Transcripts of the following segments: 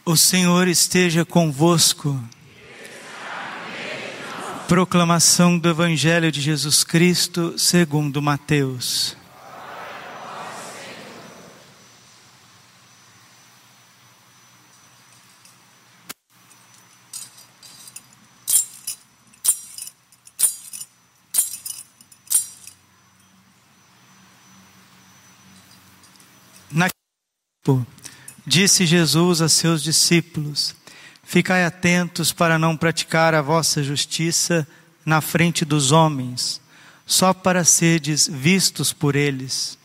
O Senhor esteja convosco. Proclamação do Evangelho de Jesus Cristo segundo Mateus. Disse Jesus a seus discípulos: ficai atentos para não praticar a vossa justiça na frente dos homens, só para serdes vistos por eles.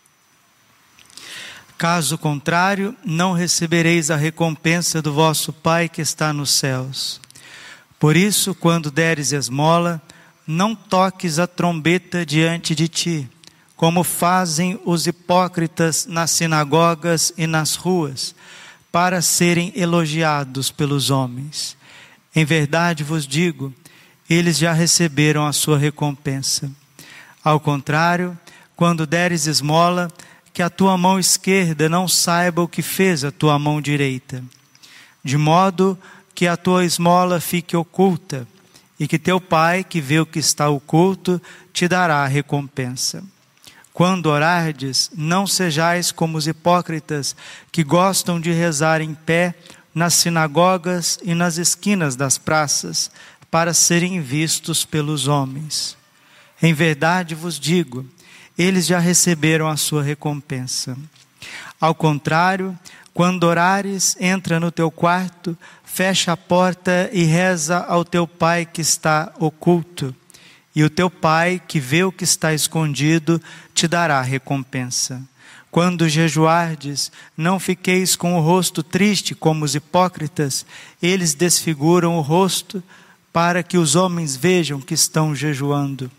Caso contrário, não recebereis a recompensa do vosso Pai que está nos céus. Por isso, quando deres esmola, não toques a trombeta diante de ti, como fazem os hipócritas nas sinagogas e nas ruas, para serem elogiados pelos homens. Em verdade vos digo, eles já receberam a sua recompensa. Ao contrário, quando deres esmola, que a tua mão esquerda não saiba o que fez a tua mão direita, de modo que a tua esmola fique oculta, e que teu Pai, que vê o que está oculto, te dará a recompensa. Quando orardes, não sejais como os hipócritas que gostam de rezar em pé nas sinagogas e nas esquinas das praças, para serem vistos pelos homens. Em verdade vos digo, eles já receberam a sua recompensa. Ao contrário, quando orares, entra no teu quarto, fecha a porta e reza ao teu Pai que está oculto. E o teu Pai, que vê o que está escondido, te dará recompensa. Quando jejuardes, não fiqueis com o rosto triste como os hipócritas. Eles desfiguram o rosto para que os homens vejam que estão jejuando.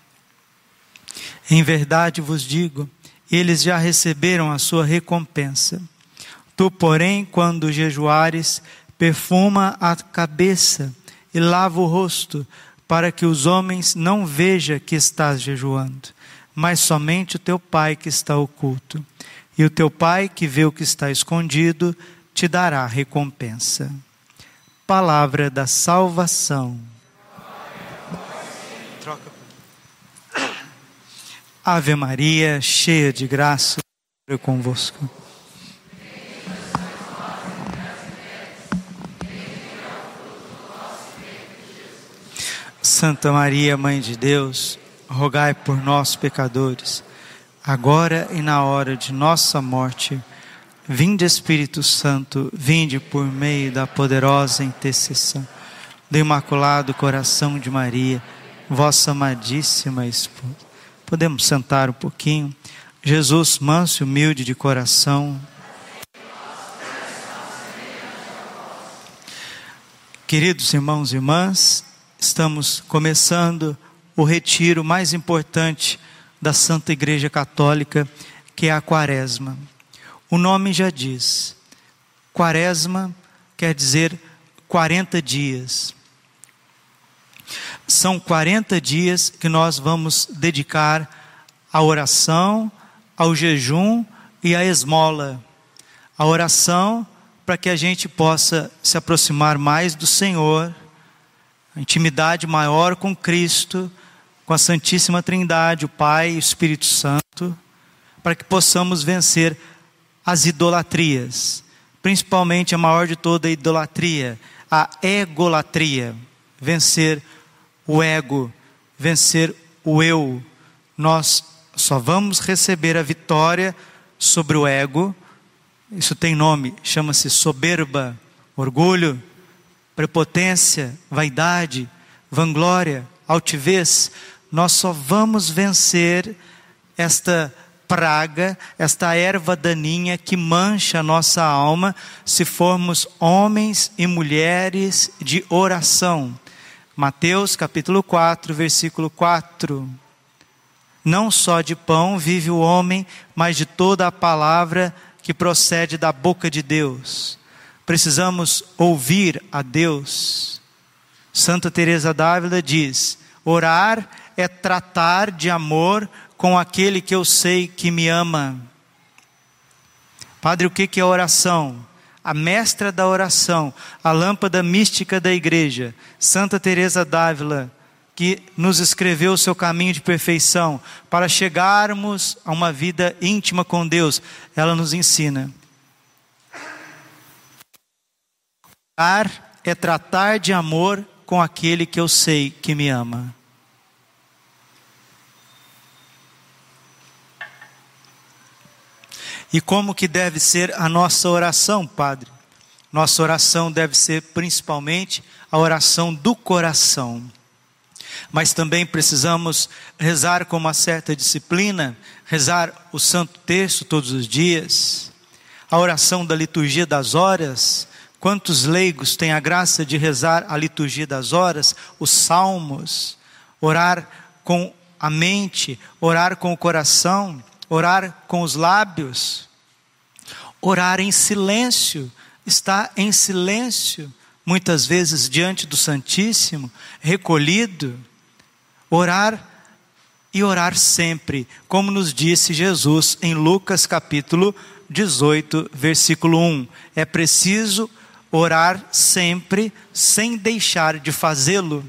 Em verdade vos digo, eles já receberam a sua recompensa. Tu, porém, quando jejuares, perfuma a cabeça e lava o rosto, para que os homens não vejam que estás jejuando, mas somente o teu Pai que está oculto. E o teu Pai que vê o que está escondido, te dará recompensa. Palavra da salvação. Ave Maria, cheia de graça, o Senhor é convosco. Santa Maria, Mãe de Deus, rogai por nós, pecadores, agora e na hora de nossa morte. Vinde, Espírito Santo, vinde por meio da poderosa intercessão do Imaculado Coração de Maria, vossa amadíssima esposa. Podemos sentar um pouquinho. Jesus, manso e humilde de coração. Queridos irmãos e irmãs, estamos começando o retiro mais importante da Santa Igreja Católica, que é a Quaresma. O nome já diz, Quaresma quer dizer 40 dias. São 40 dias que nós vamos dedicar à oração, ao jejum e à esmola. A oração para que a gente possa se aproximar mais do Senhor, a intimidade maior com Cristo, com a Santíssima Trindade, o Pai e o Espírito Santo, para que possamos vencer as idolatrias, principalmente a maior de toda a idolatria, a egolatria, vencer o ego, vencer o eu. Nós só vamos receber a vitória sobre o ego, isso tem nome, chama-se soberba, orgulho, prepotência, vaidade, vanglória, altivez. Nós só vamos vencer esta praga, esta erva daninha que mancha a nossa alma, se formos homens e mulheres de oração. Mateus capítulo 4, versículo 4. Não só de pão vive o homem, mas de toda a palavra que procede da boca de Deus. Precisamos ouvir a Deus. Santa Teresa d'Ávila diz: orar é tratar de amor com aquele que eu sei que me ama. Padre, o que é oração? a mestra da oração, a lâmpada mística da igreja, Santa Teresa d'Ávila, que nos escreveu o seu caminho de perfeição, para chegarmos a uma vida íntima com Deus, ela nos ensina. Orar é tratar de amor com aquele que eu sei que me ama. E como que deve ser a nossa oração, Padre? Nossa oração deve ser principalmente a oração do coração. Mas também precisamos rezar com uma certa disciplina, rezar o Santo Terço todos os dias, a oração da liturgia das horas. Quantos leigos têm a graça de rezar a liturgia das horas, os salmos, orar com a mente, orar com o coração, orar com os lábios, orar em silêncio, estar em silêncio, muitas vezes diante do Santíssimo, recolhido, orar e orar sempre, como nos disse Jesus em Lucas capítulo 18, versículo 1. É preciso orar sempre, sem deixar de fazê-lo.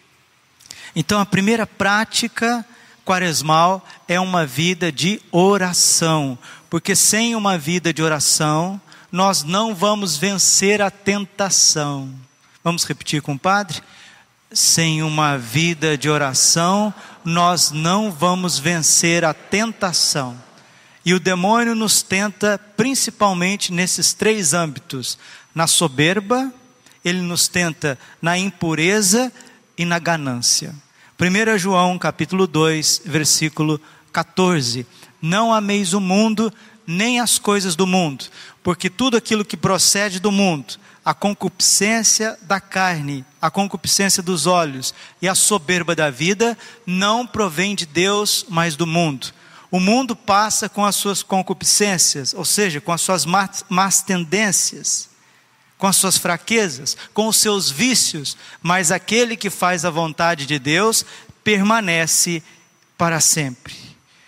Então a primeira prática quaresmal é uma vida de oração, porque sem uma vida de oração, nós não vamos vencer a tentação. Vamos repetir com o Padre? Sem uma vida de oração, nós não vamos vencer a tentação. E o demônio nos tenta principalmente nesses três âmbitos: na soberba, ele nos tenta na impureza e na ganância. 1 João capítulo 2, versículo 14. Não ameis o mundo, nem as coisas do mundo, porque tudo aquilo que procede do mundo, a concupiscência da carne, a concupiscência dos olhos e a soberba da vida, não provém de Deus, mas do mundo. O mundo passa com as suas concupiscências, ou seja, com as suas más tendências, com as suas fraquezas, com os seus vícios, mas aquele que faz a vontade de Deus permanece para sempre.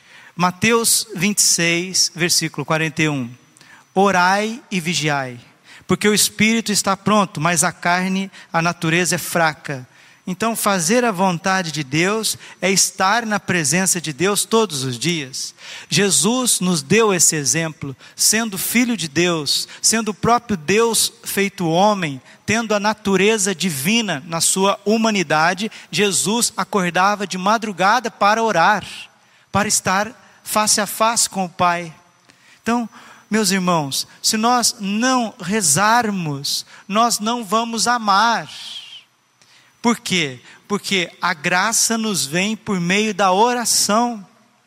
Mateus 26, versículo 41. Orai e vigiai, porque o espírito está pronto, mas a carne, a natureza é fraca. Então fazer a vontade de Deus é estar na presença de Deus todos os dias. Jesus nos deu esse exemplo, sendo Filho de Deus, sendo o próprio Deus feito homem, tendo a natureza divina na sua humanidade. Jesus acordava de madrugada para orar, para estar face a face com o Pai. Então, meus irmãos, se nós não rezarmos, nós não vamos amar. Por quê? Porque a graça nos vem por meio da oração.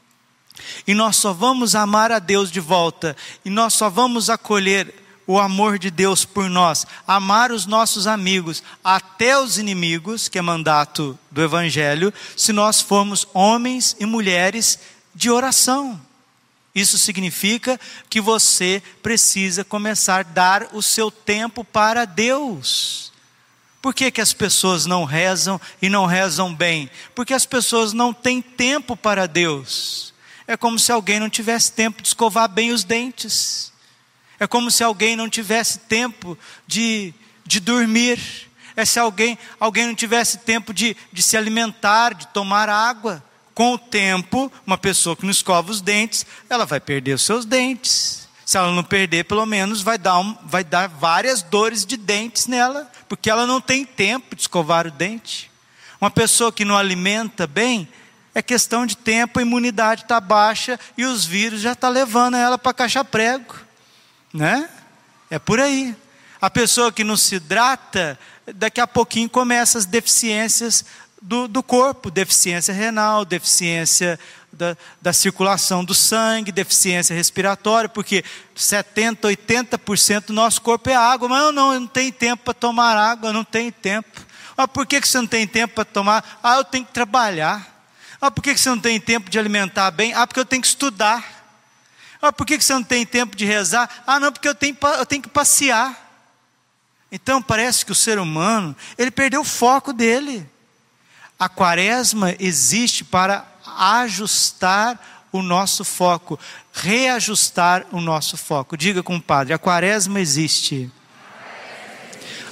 E nós só vamos amar a Deus de volta, e nós só vamos acolher o amor de Deus por nós, amar os nossos amigos, até os inimigos, que é mandato do Evangelho, se nós formos homens e mulheres de oração. Isso significa que você precisa começar a dar o seu tempo para Deus. Por que as pessoas não rezam e não rezam bem? Porque as pessoas não têm tempo para Deus. É como se alguém não tivesse tempo de escovar bem os dentes. É como se alguém não tivesse tempo de dormir. É se alguém não tivesse tempo de se alimentar, de tomar água. Com o tempo, uma pessoa que não escova os dentes, ela vai perder os seus dentes. Se ela não perder, pelo menos vai dar várias dores de dentes nela, porque ela não tem tempo de escovar o dente. Uma pessoa que não alimenta bem, é questão de tempo, a imunidade está baixa e os vírus já estão levando ela para caixa-prego, né? É por aí. A pessoa que não se hidrata, daqui a pouquinho começa as deficiências do corpo, deficiência renal, deficiência da circulação do sangue, deficiência respiratória, porque 70%, 80% do nosso corpo é água. Mas eu não tenho tempo para tomar água, eu não tenho tempo. Ah, por que você não tem tempo para tomar? Ah, eu tenho que trabalhar. Ah, por que você não tem tempo de alimentar bem? Ah, porque eu tenho que estudar. Ah, por que você não tem tempo de rezar? Ah, não, porque eu tenho que passear. Então parece que o ser humano, ele perdeu o foco dele. A quaresma existe para ajustar o nosso foco, reajustar o nosso foco. Diga com o Padre, a quaresma existe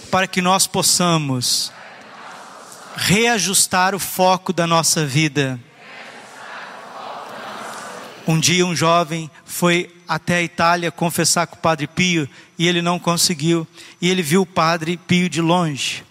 para que nós possamos reajustar o foco da nossa vida. Um dia um jovem foi até a Itália confessar com o Padre Pio e ele não conseguiu. E ele viu o Padre Pio de longe.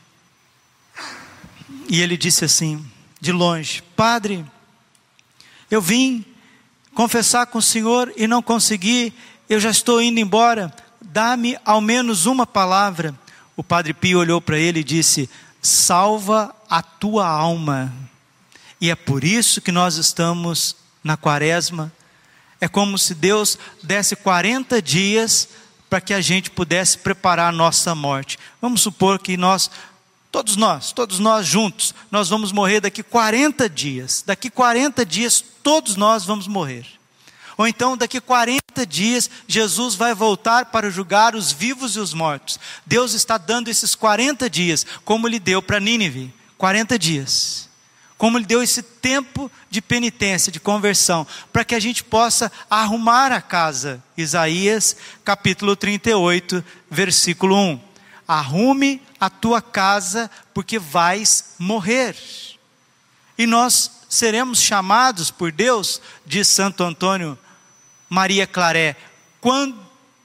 E ele disse assim, de longe: Padre, eu vim confessar com o Senhor e não consegui, eu já estou indo embora, dá-me ao menos uma palavra. O Padre Pio olhou para ele e disse: salva a tua alma. E é por isso que nós estamos na quaresma. É como se Deus desse 40 dias para que a gente pudesse preparar a nossa morte. Vamos supor que todos nós juntos, nós vamos morrer daqui 40 dias. Daqui 40 dias todos nós vamos morrer. Ou então daqui 40 dias Jesus vai voltar para julgar os vivos e os mortos. Deus está dando esses 40 dias, como Ele deu para Nínive, 40 dias. Como Ele deu esse tempo de penitência, de conversão, para que a gente possa arrumar a casa. Isaías capítulo 38, versículo 1. Arrume a tua casa, porque vais morrer. E nós seremos chamados por Deus, diz Santo Antônio Maria Claret, quando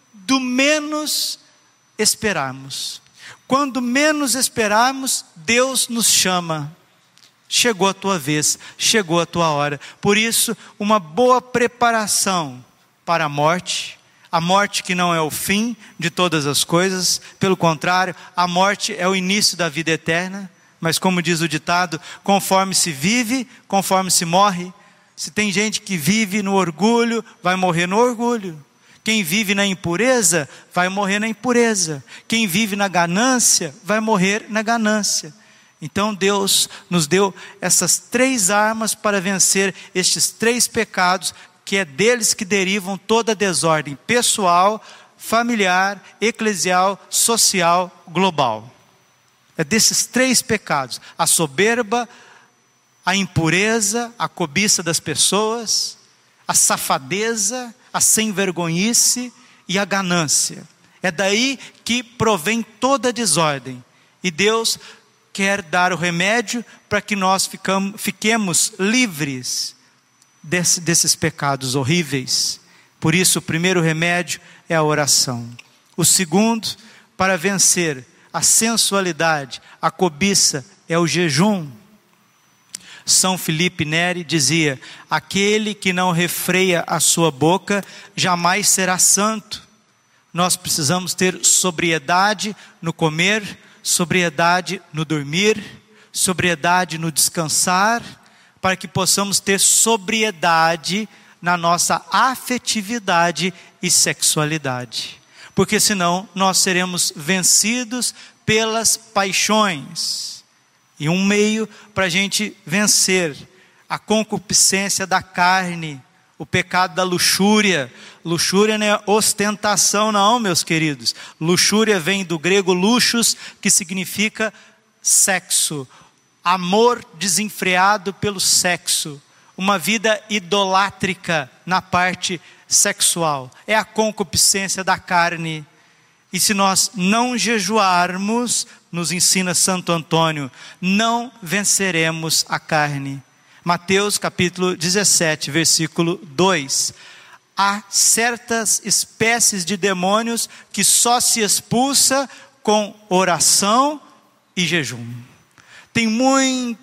menos esperarmos. Quando menos esperarmos, Deus nos chama. Chegou a tua vez, chegou a tua hora. Por isso, uma boa preparação para a morte que não é o fim de todas as coisas, pelo contrário, a morte é o início da vida eterna. Mas como diz o ditado, conforme se vive, conforme se morre. Se tem gente que vive no orgulho, vai morrer no orgulho. Quem vive na impureza, vai morrer na impureza. Quem vive na ganância, vai morrer na ganância. Então Deus nos deu essas 3 armas para vencer estes 3 pecados, que é deles que derivam toda a desordem pessoal, familiar, eclesial, social, global. É desses 3 pecados: a soberba, a impureza, a cobiça das pessoas, a safadeza, a sem-vergonhice e a ganância. É daí que provém toda a desordem. E Deus quer dar o remédio para que nós fiquemos livres desses pecados horríveis. Por isso, o primeiro remédio é a oração. O segundo, para vencer a sensualidade, a cobiça, é o jejum. São Filipe Neri dizia: aquele que não refreia a sua boca jamais será santo. Nós precisamos ter sobriedade no comer, sobriedade no dormir, sobriedade no descansar, para que possamos ter sobriedade na nossa afetividade e sexualidade. Porque senão nós seremos vencidos pelas paixões. E um meio para a gente vencer a concupiscência da carne, o pecado da luxúria. Luxúria não é ostentação não, meus queridos. Luxúria vem do grego luxus, que significa sexo. Amor desenfreado pelo sexo. Uma vida idolátrica na parte sexual. É a concupiscência da carne. E se nós não jejuarmos, nos ensina Santo Antônio, não venceremos a carne. Mateus capítulo 17, versículo 2. Há certas espécies de demônios que só se expulsa com oração e jejum. Tem muito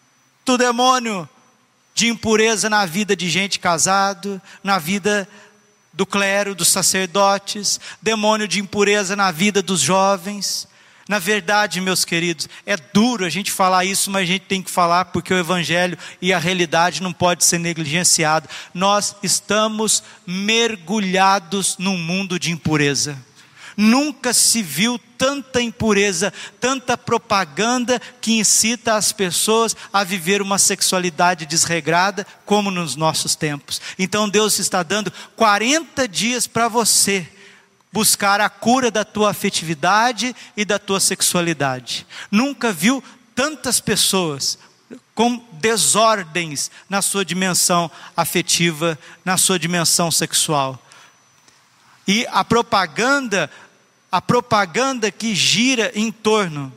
demônio de impureza na vida de gente casado, na vida do clero, dos sacerdotes, demônio de impureza na vida dos jovens. Na verdade, meus queridos, é duro a gente falar isso, mas a gente tem que falar porque o Evangelho e a realidade não pode ser negligenciado. Nós estamos mergulhados num mundo de impureza. Nunca se viu tanta impureza, tanta propaganda que incita as pessoas a viver uma sexualidade desregrada, como nos nossos tempos. Então Deus está dando 40 dias para você buscar a cura da tua afetividade e da tua sexualidade. Nunca viu tantas pessoas com desordens na sua dimensão afetiva, na sua dimensão sexual. E a propaganda a propaganda que gira em torno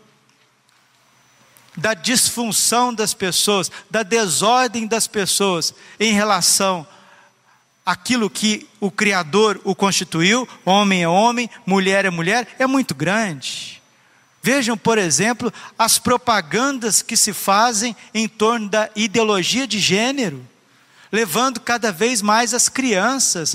da disfunção das pessoas, da desordem das pessoas em relação àquilo que o Criador o constituiu, homem é homem, mulher é mulher, é muito grande. Vejam, por exemplo, as propagandas que se fazem em torno da ideologia de gênero, levando cada vez mais as crianças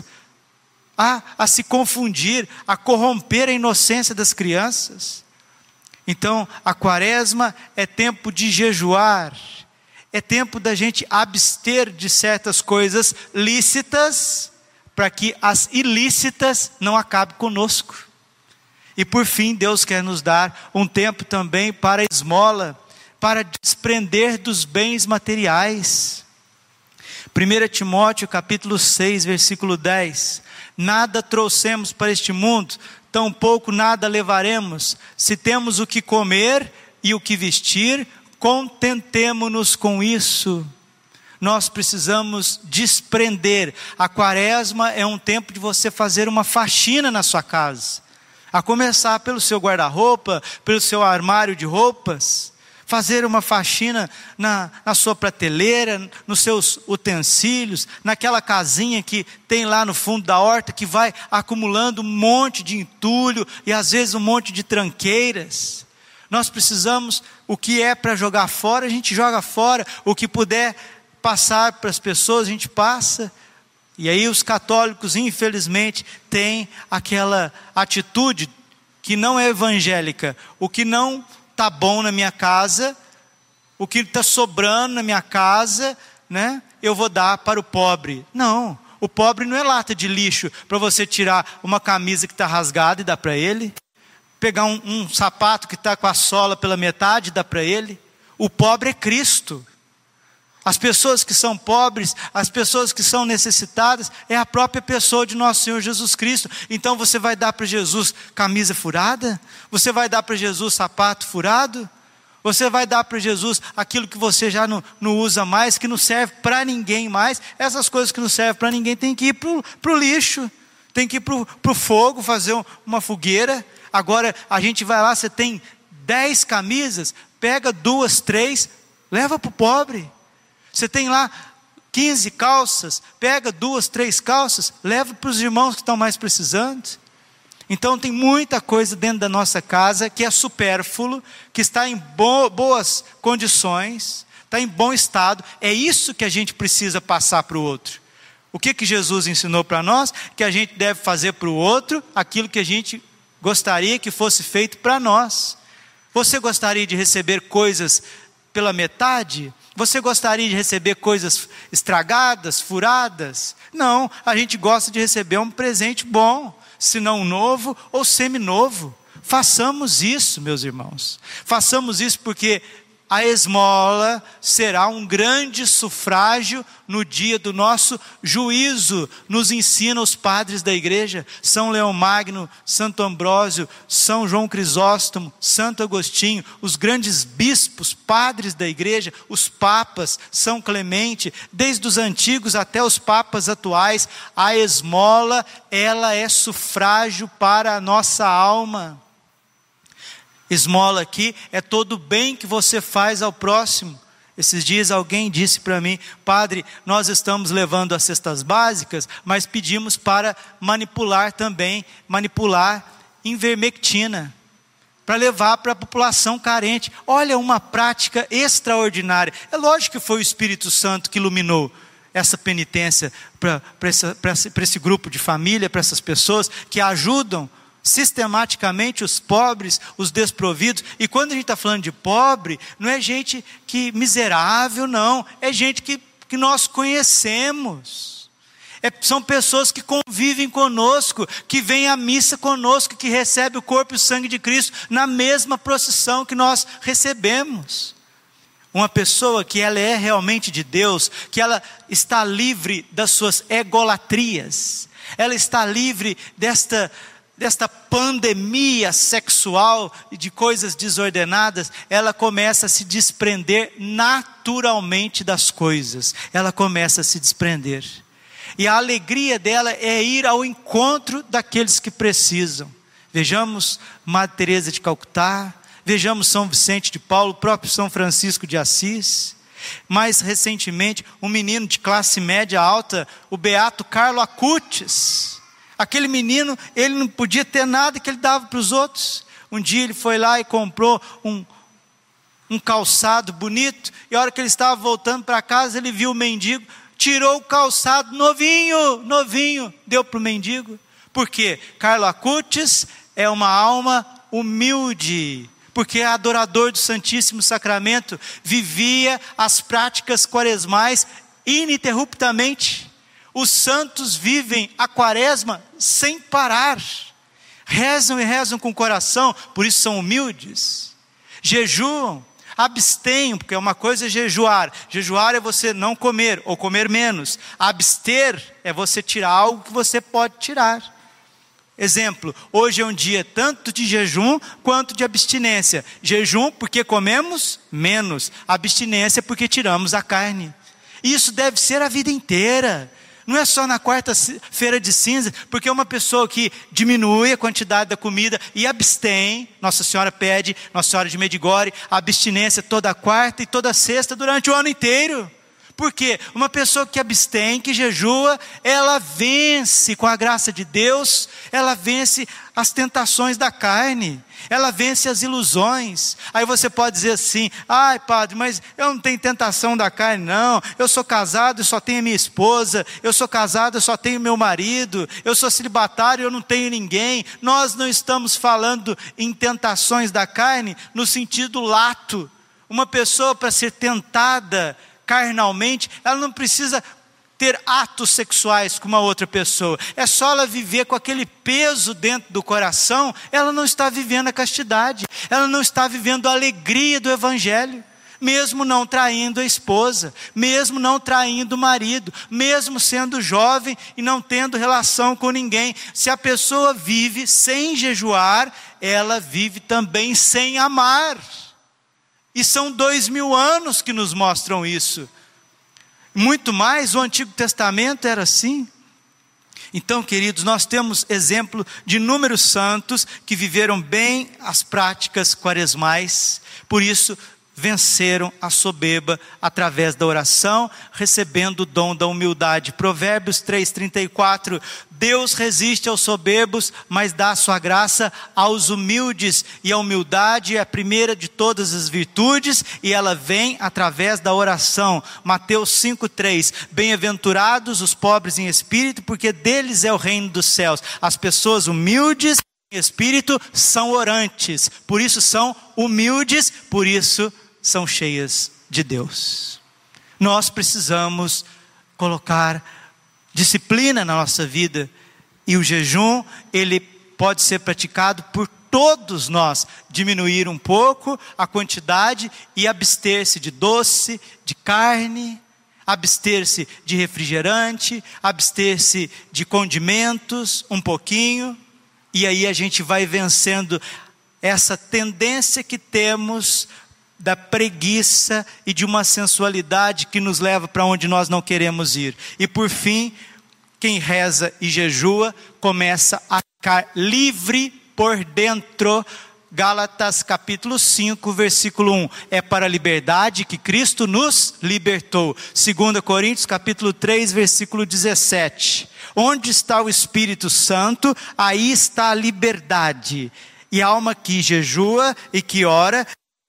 a se confundir, a corromper a inocência das crianças. Então, a quaresma é tempo de jejuar, é tempo da gente abster de certas coisas lícitas, para que as ilícitas não acabem conosco. E por fim, Deus quer nos dar um tempo também para a esmola, para desprender dos bens materiais. 1 Timóteo capítulo 6, versículo 10. Nada trouxemos para este mundo, tampouco nada levaremos. Se temos o que comer e o que vestir, contentemo-nos com isso. Nós precisamos desprender. A quaresma é um tempo de você fazer uma faxina na sua casa. A começar pelo seu guarda-roupa, pelo seu armário de roupas. Fazer uma faxina na sua prateleira, nos seus utensílios, naquela casinha que tem lá no fundo da horta, que vai acumulando um monte de entulho e às vezes um monte de tranqueiras. Nós precisamos, o que é para jogar fora, a gente joga fora. O que puder passar para as pessoas, a gente passa. E aí os católicos, infelizmente, têm aquela atitude que não é evangélica. O que não está bom na minha casa, o que está sobrando na minha casa, né, eu vou dar para o pobre. Não, o pobre não é lata de lixo para você tirar uma camisa que está rasgada e dar para ele. Pegar um sapato que está com a sola pela metade e dar para ele. O pobre é Cristo. As pessoas que são pobres, as pessoas que são necessitadas, é a própria pessoa de nosso Senhor Jesus Cristo. Então você vai dar para Jesus camisa furada? Você vai dar para Jesus sapato furado? Você vai dar para Jesus aquilo que você já não usa mais, que não serve para ninguém mais? Essas coisas que não servem para ninguém tem que ir para o lixo, tem que ir para o fogo, fazer uma fogueira. Agora a gente vai lá, você tem 10 camisas, pega 2, 3, leva para o pobre. Você tem lá 15 calças, pega 2, 3 calças, leva para os irmãos que estão mais precisando. Então tem muita coisa dentro da nossa casa que é supérfluo, que está em boas condições, está em bom estado. É isso que a gente precisa passar para o outro. O que Jesus ensinou para nós? Que a gente deve fazer para o outro aquilo que a gente gostaria que fosse feito para nós. Você gostaria de receber coisas pela metade? Você gostaria de receber coisas estragadas, furadas? Não, a gente gosta de receber um presente bom, se não novo ou seminovo. Façamos isso, meus irmãos. Façamos isso porque a esmola será um grande sufrágio no dia do nosso juízo, nos ensina os padres da igreja, São Leão Magno, Santo Ambrósio, São João Crisóstomo, Santo Agostinho, os grandes bispos, padres da igreja, os papas, São Clemente, desde os antigos até os papas atuais. A esmola, ela é sufrágio para a nossa alma. Esmola aqui é todo o bem que você faz ao próximo. Esses dias alguém disse para mim: padre, nós estamos levando as cestas básicas, mas pedimos para manipular ivermectina, para levar para a população carente. Olha, uma prática extraordinária. É lógico que foi o Espírito Santo que iluminou essa penitência para esse grupo de família, para essas pessoas que ajudam sistematicamente os pobres, os desprovidos. E quando a gente está falando de pobre, não é gente que miserável, não, é gente que nós conhecemos, são pessoas que convivem conosco, que vêm à missa conosco, que recebem o corpo e o sangue de Cristo na mesma procissão que nós recebemos. Uma pessoa que ela é realmente de Deus, que ela está livre das suas egolatrias, ela está livre desta pandemia sexual e de coisas desordenadas, ela começa a se desprender naturalmente das coisas. Ela começa a se desprender. E a alegria dela é ir ao encontro daqueles que precisam. Vejamos Madre Teresa de Calcutá, vejamos São Vicente de Paulo, o próprio São Francisco de Assis. Mais recentemente, um menino de classe média alta, o beato Carlo Acutis. Aquele menino, ele não podia ter nada que ele dava para os outros. Um dia ele foi lá e comprou um calçado bonito, e a hora que ele estava voltando para casa, ele viu o mendigo, tirou o calçado novinho, deu para o mendigo. Por quê? Carlo Acutis é uma alma humilde, porque é adorador do Santíssimo Sacramento, vivia as práticas quaresmais ininterruptamente. Os santos vivem a quaresma sem parar, rezam e rezam com o coração, por isso são humildes, jejuam, abstenham, porque uma coisa é jejuar é você não comer, ou comer menos. Abster é você tirar algo que você pode tirar. Exemplo, hoje é um dia tanto de jejum quanto de abstinência. Jejum porque comemos menos, abstinência porque tiramos a carne. Isso deve ser a vida inteira. Não é só na quarta-feira de cinza, porque uma pessoa que diminui a quantidade da comida e abstém, Nossa Senhora pede, Nossa Senhora de Medjugorje, a abstinência toda quarta e toda sexta durante o ano inteiro. Por quê? Uma pessoa que abstém, que jejua, ela vence com a graça de Deus, ela vence as tentações da carne, ela vence as ilusões. Aí você pode dizer assim: ai padre, mas eu não tenho tentação da carne não, eu sou casado e só tenho minha esposa, eu sou casado e só tenho meu marido, eu sou celibatário e eu não tenho ninguém. Nós não estamos falando em tentações da carne no sentido lato. Uma pessoa, para ser tentada carnalmente, ela não precisa ter atos sexuais com uma outra pessoa, é só ela viver com aquele peso dentro do coração. Ela não está vivendo a castidade, ela não está vivendo a alegria do Evangelho, mesmo não traindo a esposa, mesmo não traindo o marido, mesmo sendo jovem e não tendo relação com ninguém. Se a pessoa vive sem jejuar, ela vive também sem amar. E são 2000 anos que nos mostram isso. Muito mais, o Antigo Testamento era assim. Então, queridos, nós temos exemplo de inúmeros santos que viveram bem as práticas quaresmais. Por isso, venceram a soberba através da oração, recebendo o dom da humildade. Provérbios 3:34, Deus resiste aos soberbos, mas dá a sua graça aos humildes. E a humildade é a primeira de todas as virtudes, e ela vem através da oração. Mateus 5:3, bem-aventurados os pobres em espírito, porque deles é o reino dos céus. As pessoas humildes em espírito são orantes, por isso são humildes, por isso são cheias de Deus. Nós precisamos colocar disciplina na nossa vida, e o jejum, ele pode ser praticado por todos nós. Diminuir um pouco a quantidade e abster-se de doce, de carne, abster-se de refrigerante, abster-se de condimentos, um pouquinho, e aí a gente vai vencendo essa tendência que temos da preguiça e de uma sensualidade que nos leva para onde nós não queremos ir. E por fim, quem reza e jejua começa a ficar livre por dentro. Gálatas capítulo 5, versículo 1, é para a liberdade que Cristo nos libertou. 2 Coríntios capítulo 3, versículo 17, onde está o Espírito Santo, aí está a liberdade. E a alma que jejua e que ora,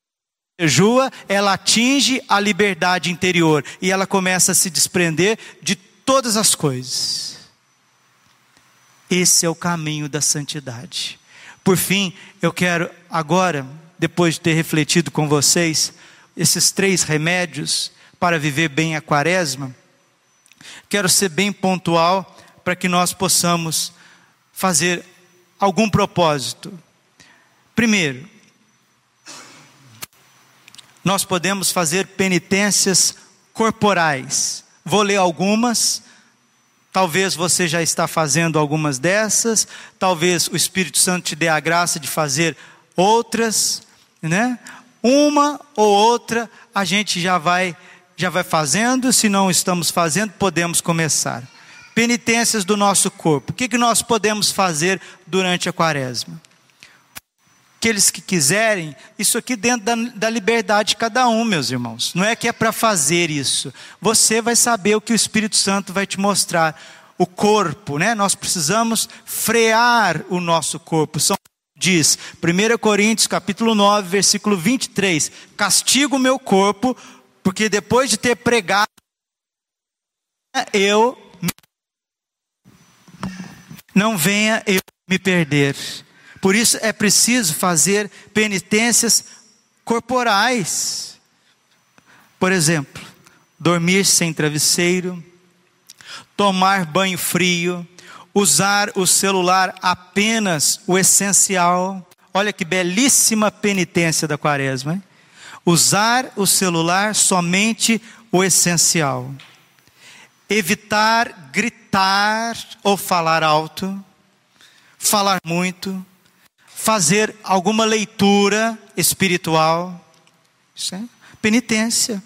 ela atinge a liberdade interior, e ela começa a se desprender de todas as coisas. Esse é o caminho da santidade. Por fim, eu quero agora, depois de ter refletido com vocês esses 3 remédios para viver bem a quaresma, quero ser bem pontual para que nós possamos fazer algum propósito. Primeiro, nós podemos fazer penitências corporais. Vou ler algumas. Talvez você já está fazendo algumas dessas. Talvez o Espírito Santo te dê a graça de fazer outras, né? Uma ou outra a gente já vai fazendo. Se não estamos fazendo, podemos começar. Penitências do nosso corpo. O que nós podemos fazer durante a quaresma? aqueles que quiserem, isso aqui dentro da liberdade de cada um, meus irmãos. Não é que é para fazer isso. Você vai saber o que o Espírito Santo vai te mostrar. O corpo, né? Nós precisamos frear o nosso corpo. São diz, 1 Coríntios capítulo 9, versículo 23, castigo o meu corpo, porque depois de ter pregado, não venha eu me perder. Por isso é preciso fazer penitências corporais. Por exemplo, dormir sem travesseiro, tomar banho frio, usar o celular apenas o essencial. Olha que belíssima penitência da quaresma, hein? Usar o celular somente o essencial. Evitar gritar ou falar alto, falar muito, fazer alguma leitura espiritual. Isso é penitência.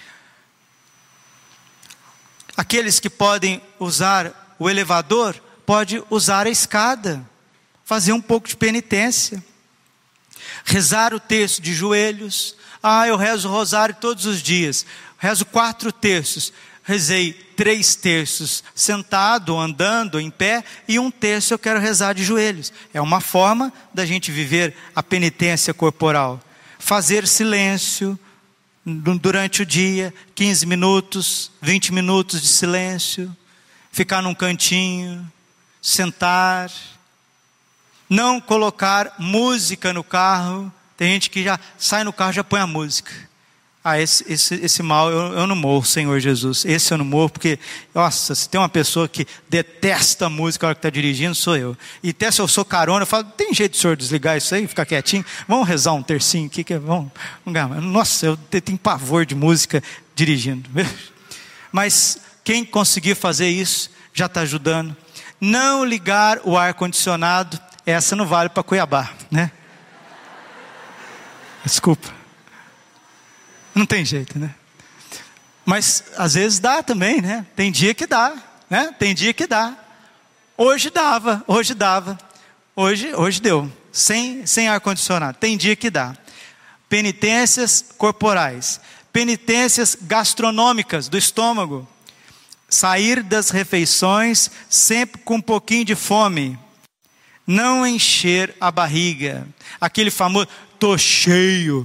Aqueles que podem usar o elevador, pode usar a escada, fazer um pouco de penitência, rezar o terço de joelhos. Eu rezo o rosário todos os dias, rezo 4 terços, rezei 3 terços sentado, andando, em pé, e 1 terço eu quero rezar de joelhos. É uma forma da gente viver a penitência corporal. Fazer silêncio durante o dia, 15 minutos, 20 minutos de silêncio, ficar num cantinho, sentar, não colocar música no carro. Tem gente que já sai no carro e já põe a música. Esse mal eu não morro, Senhor Jesus. Esse eu não morro, porque, nossa, se tem uma pessoa que detesta a música na hora que está dirigindo, sou eu. E até se eu sou carona, eu falo, tem jeito do senhor desligar isso aí, ficar quietinho? Vamos rezar um tercinho aqui, nossa, eu tenho pavor de música dirigindo. Mas quem conseguir fazer isso, já está ajudando. Não ligar o ar-condicionado, essa não vale para Cuiabá, né? Desculpa. Não tem jeito, né? Mas às vezes dá também, né? Tem dia que dá, né? Tem dia que dá. Hoje dava. Hoje deu. Sem ar-condicionado. Tem dia que dá. Penitências corporais. Penitências gastronômicas do estômago. Sair das refeições sempre com um pouquinho de fome. Não encher a barriga. Aquele famoso, tô cheio.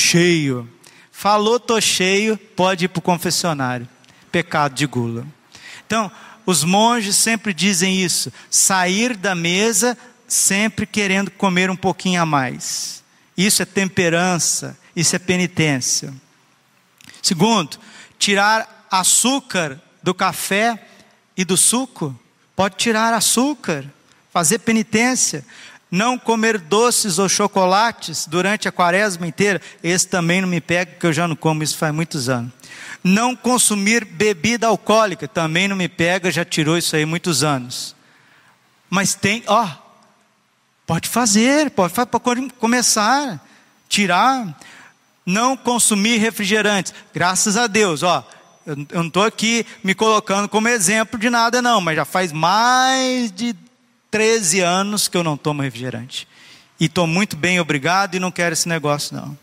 Falou, tô cheio, pode ir para o confessionário. Pecado de gula. Então, os monges sempre dizem isso. Sair da mesa sempre querendo comer um pouquinho a mais. Isso é temperança, isso é penitência. Segundo, tirar açúcar do café e do suco. Pode tirar açúcar, fazer penitência. Não comer doces ou chocolates durante a quaresma inteira. Esse também não me pega, porque eu já não como isso faz muitos anos. Não consumir bebida alcoólica. Também não me pega, já tirou isso aí muitos anos. Mas pode fazer, pode começar. Tirar. Não consumir refrigerantes. Graças a Deus, eu não estou aqui me colocando como exemplo de nada não, mas já faz mais de 13 anos que eu não tomo refrigerante. E estou muito bem, obrigado, e não quero esse negócio não.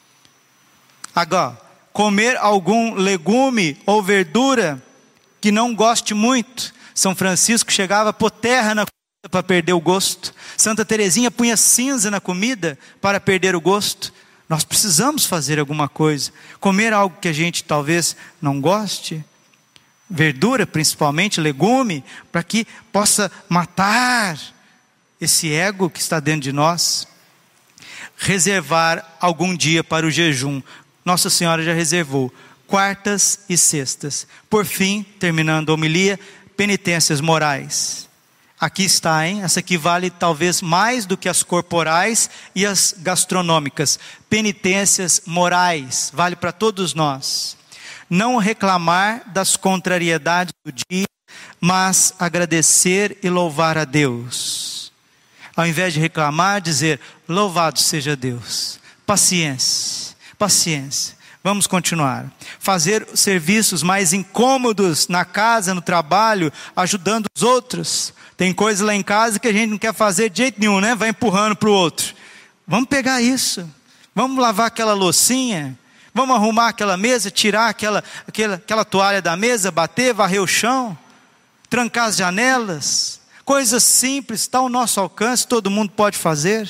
Agora, comer algum legume ou verdura que não goste muito. São Francisco chegava a pôr terra na comida para perder o gosto. Santa Teresinha punha cinza na comida para perder o gosto. Nós precisamos fazer alguma coisa. Comer algo que a gente talvez não goste. Verdura, principalmente, legume, para que possa matar esse ego que está dentro de nós. Reservar algum dia para o jejum. Nossa Senhora já reservou, quartas e sextas. Por fim, terminando a homilia, penitências morais. Aqui está, hein? Essa aqui vale talvez mais do que as corporais e as gastronômicas. Penitências morais, vale para todos nós. Não reclamar das contrariedades do dia, mas agradecer e louvar a Deus. Ao invés de reclamar, dizer, louvado seja Deus. Paciência. Vamos continuar. Fazer serviços mais incômodos na casa, no trabalho, ajudando os outros. Tem coisa lá em casa que a gente não quer fazer de jeito nenhum, né? Vai empurrando para o outro. Vamos pegar isso. Vamos lavar aquela loucinha. Vamos arrumar aquela mesa, tirar aquela toalha da mesa, bater, varrer o chão, trancar as janelas. Coisas simples, está ao nosso alcance, todo mundo pode fazer.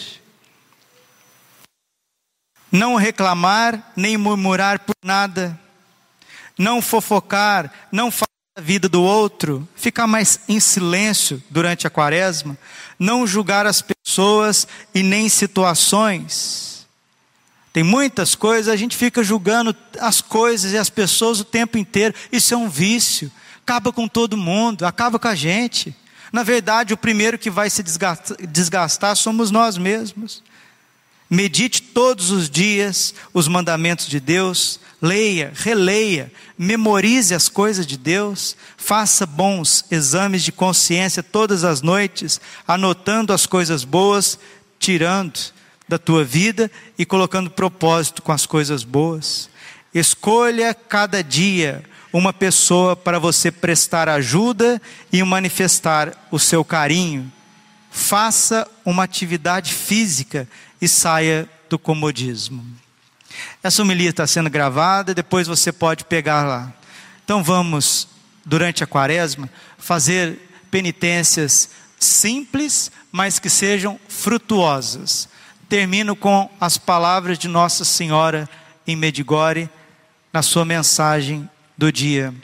Não reclamar, nem murmurar por nada. Não fofocar, não falar da vida do outro. Ficar mais em silêncio durante a quaresma. Não julgar as pessoas e nem situações. Tem muitas coisas, a gente fica julgando as coisas e as pessoas o tempo inteiro. Isso é um vício. Acaba com todo mundo, acaba com a gente. Na verdade, o primeiro que vai se desgastar somos nós mesmos. Medite todos os dias os mandamentos de Deus. Leia, releia, memorize as coisas de Deus. Faça bons exames de consciência todas as noites, anotando as coisas boas, tirando da tua vida e colocando propósito com as coisas boas. Escolha cada dia uma pessoa para você prestar ajuda e manifestar o seu carinho. Faça uma atividade física e saia do comodismo. Essa homilia está sendo gravada, depois você pode pegar lá. Então vamos, durante a quaresma, fazer penitências simples, mas que sejam frutuosas. Termino com as palavras de Nossa Senhora em Medjugorje, na sua mensagem do dia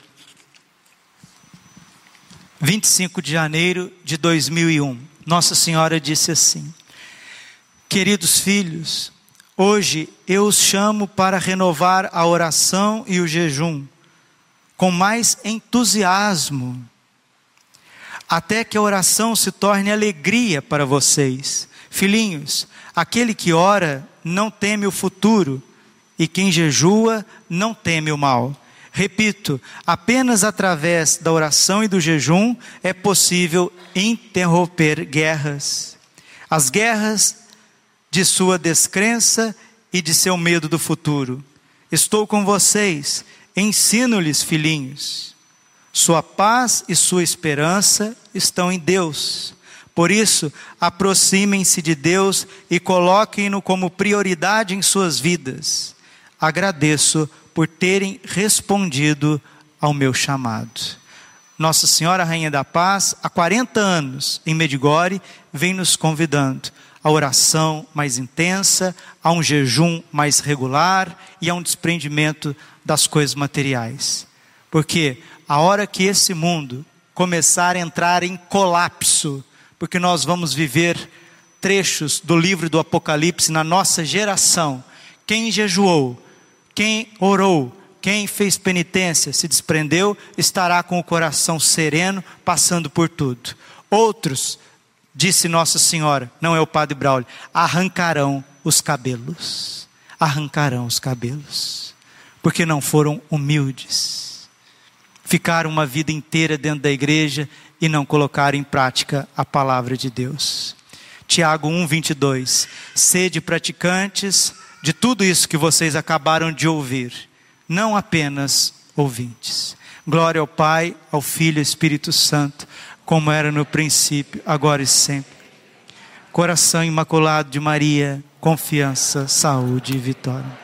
25 de janeiro de 2001. Nossa Senhora disse assim: queridos filhos, hoje eu os chamo para renovar a oração e o jejum, com mais entusiasmo, até que a oração se torne alegria para vocês. Filhinhos, aquele que ora não teme o futuro, e quem jejua não teme o mal. Repito, apenas através da oração e do jejum é possível interromper guerras. As guerras de sua descrença e de seu medo do futuro. Estou com vocês, ensino-lhes, filhinhos. Sua paz e sua esperança estão em Deus. Por isso, aproximem-se de Deus e coloquem-no como prioridade em suas vidas. Agradeço por terem respondido ao meu chamado. Nossa Senhora Rainha da Paz, há 40 anos em Medjugorje, vem nos convidando a oração mais intensa, a um jejum mais regular e a um desprendimento das coisas materiais. Porque a hora que esse mundo começar a entrar em colapso, porque nós vamos viver trechos do livro do Apocalipse na nossa geração. Quem jejuou, quem orou, quem fez penitência, se desprendeu, estará com o coração sereno, passando por tudo. Outros, disse Nossa Senhora, não é o Padre Braulio, arrancarão os cabelos. Arrancarão os cabelos. Porque não foram humildes. Ficaram uma vida inteira dentro da igreja e não colocaram em prática a palavra de Deus. Tiago 1:22. Sede praticantes de tudo isso que vocês acabaram de ouvir, não apenas ouvintes. Glória ao Pai, ao Filho e ao Espírito Santo, como era no princípio, agora e sempre. Coração imaculado de Maria, confiança, saúde e vitória.